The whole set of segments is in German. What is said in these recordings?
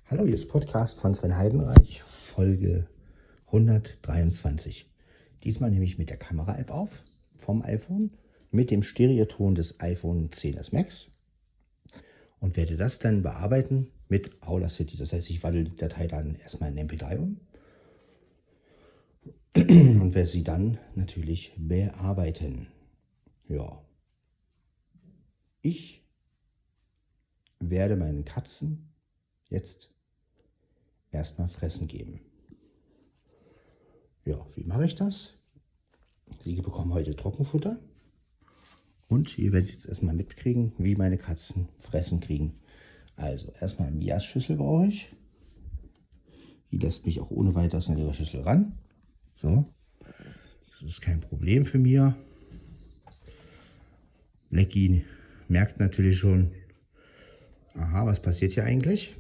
Hallo, hier ist Podcast von Sven Heidenreich, Folge 123. Diesmal nehme ich mit der Kamera-App auf vom iPhone mit dem Stereoton des iPhone XS Max und werde das dann bearbeiten mit Audacity. Das heißt, ich wandle die Datei dann erstmal in MP3 um und werde sie dann natürlich bearbeiten. Ja. Ich werde meinen Katzen jetzt erstmal fressen geben. Ja, wie mache ich das? Sie bekommen heute Trockenfutter und ihr werdet jetzt erstmal mitkriegen, wie meine Katzen fressen kriegen. Also erstmal Mias Schüssel brauche ich. Die lässt mich auch ohne weiteres an ihre Schüssel ran. So, das ist kein Problem für mich. Lecky merkt natürlich schon, aha, was passiert hier eigentlich?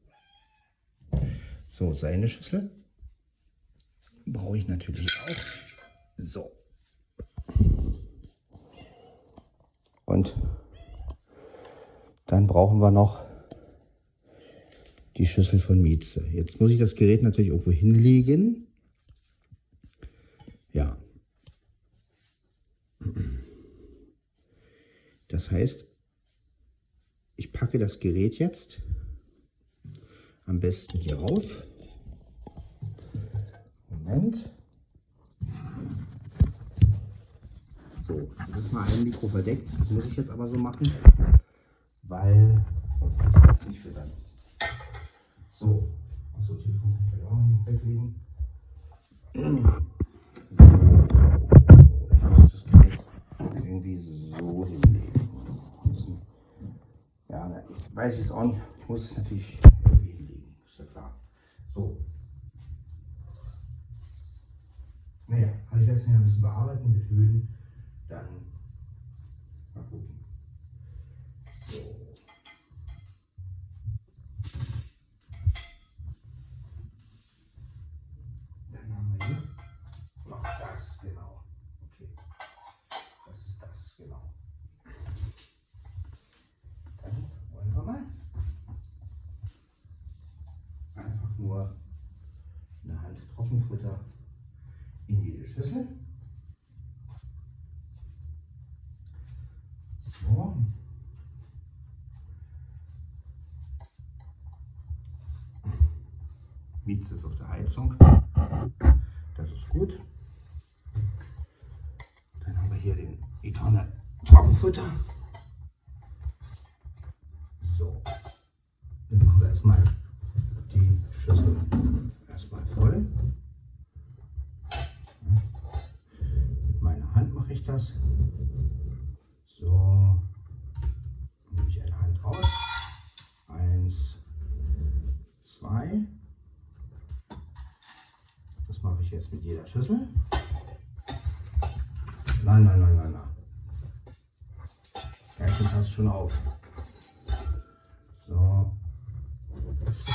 So, seine Schüssel brauche ich natürlich auch. So. Und dann brauchen wir noch die Schüssel von Mieze. Jetzt muss ich das Gerät natürlich irgendwo hinlegen. Ja. Das heißt, ich packe das Gerät jetzt am besten hier rauf. Moment. So, das ist mal ein Mikro verdeckt. Das muss ich jetzt aber so machen, weil sonst kann ich das nicht füttern. So, achso, Telefon kann ich auch noch weglegen. So, ich muss das Gerät irgendwie so hinlegen. Ja, ne, ich weiß es auch nicht. Ich muss es natürlich irgendwie hinlegen, ist ja klar. So. Naja, also ich werde es ja ein bisschen bearbeiten mit Höhen. Dann mal gucken. So. Dann haben wir hier noch das, genau. Okay. Das ist das, genau. Dann wollen wir mal einfach nur eine Hand Trockenfutter in jede Schüssel. So. Mieze ist auf der Heizung. Das ist gut. Dann haben wir hier die Tonne Trockenfutter. So. Dann machen wir erstmal die Schüssel erstmal voll. Mit meiner Hand mache ich das. So. Dann nehme ich eine Hand raus. 1, 2. Das mache ich jetzt mit jeder Schüssel. Nein, nein, nein, nein, nein. Gleich passt schon auf. So. 2.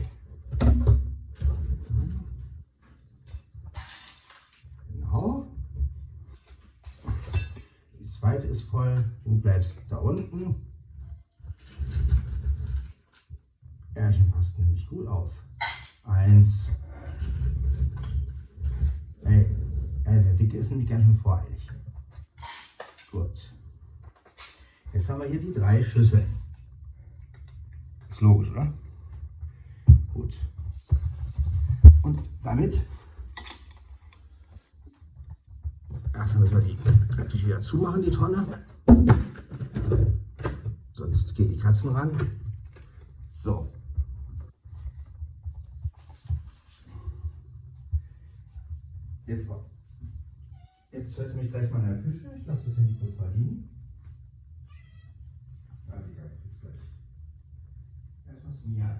Genau. Die zweite ist voll. Du bleibst da unten. Ärchen passt nämlich gut auf. 1. Der Dicke ist nämlich ganz schön voreilig. Gut. Jetzt haben wir hier die 3 Schüsseln. Ist logisch, oder? Gut. Und damit erstmal müssen wir die natürlich wieder zumachen, die Tonne. Sonst gehen die Katzen ran. So. Jetzt hört ihr mich gleich mal in der Küche. Ich lasse das Handy kurz mal liegen. Ja, egal, jetzt gleich. Erstmal zum Jahr.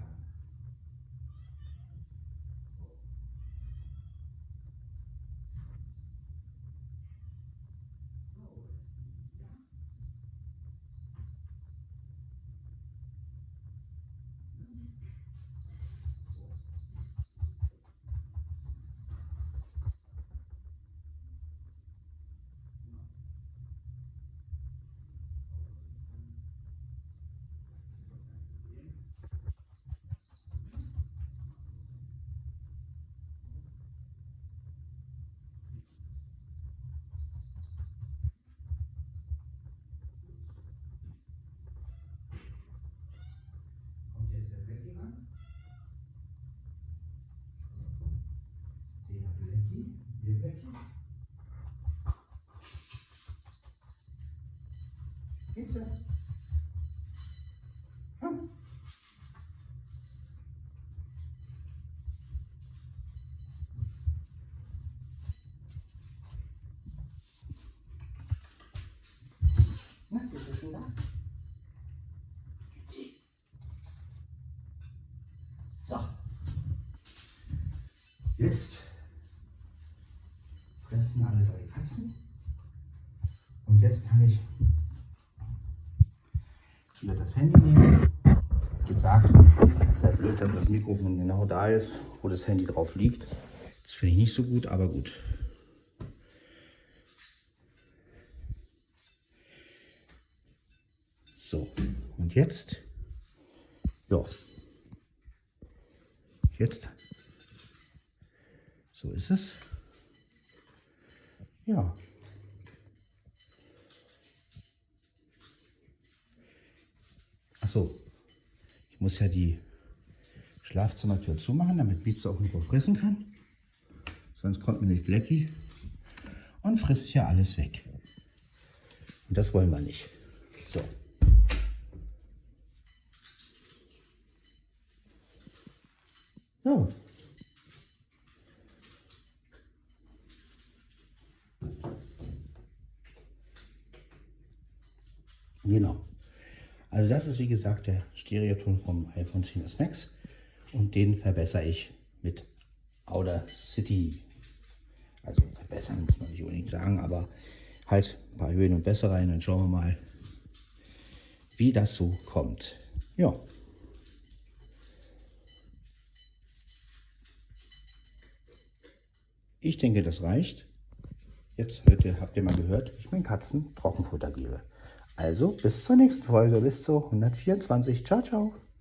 So. Jetzt fressen alle 3 Katzen. Und jetzt kann ich wieder das Handy nehmen. Wie gesagt, es ist halt blöd, dass das Mikrofon genau da ist, wo das Handy drauf liegt. Das finde ich nicht so gut, aber gut. So, und jetzt, ja, jetzt, so ist es. Ja. Achso, ich muss ja die Schlafzimmertür zumachen, damit Mieze auch nicht fressen kann. Sonst kommt nämlich Blackie und frisst hier alles weg. Und das wollen wir nicht. So. So. Genau. Also das ist wie gesagt der Stereoton vom iPhone XS Max und den verbessere ich mit Audacity. Also verbessern muss man nicht unbedingt sagen, aber halt ein paar Höhen und Bässe rein, dann schauen wir mal, wie das so kommt. Ja. Ich denke, das reicht. Jetzt habt ihr mal gehört, wie ich meinen Katzen Trockenfutter gebe. Also bis zur nächsten Folge, bis zur 124. Ciao, ciao.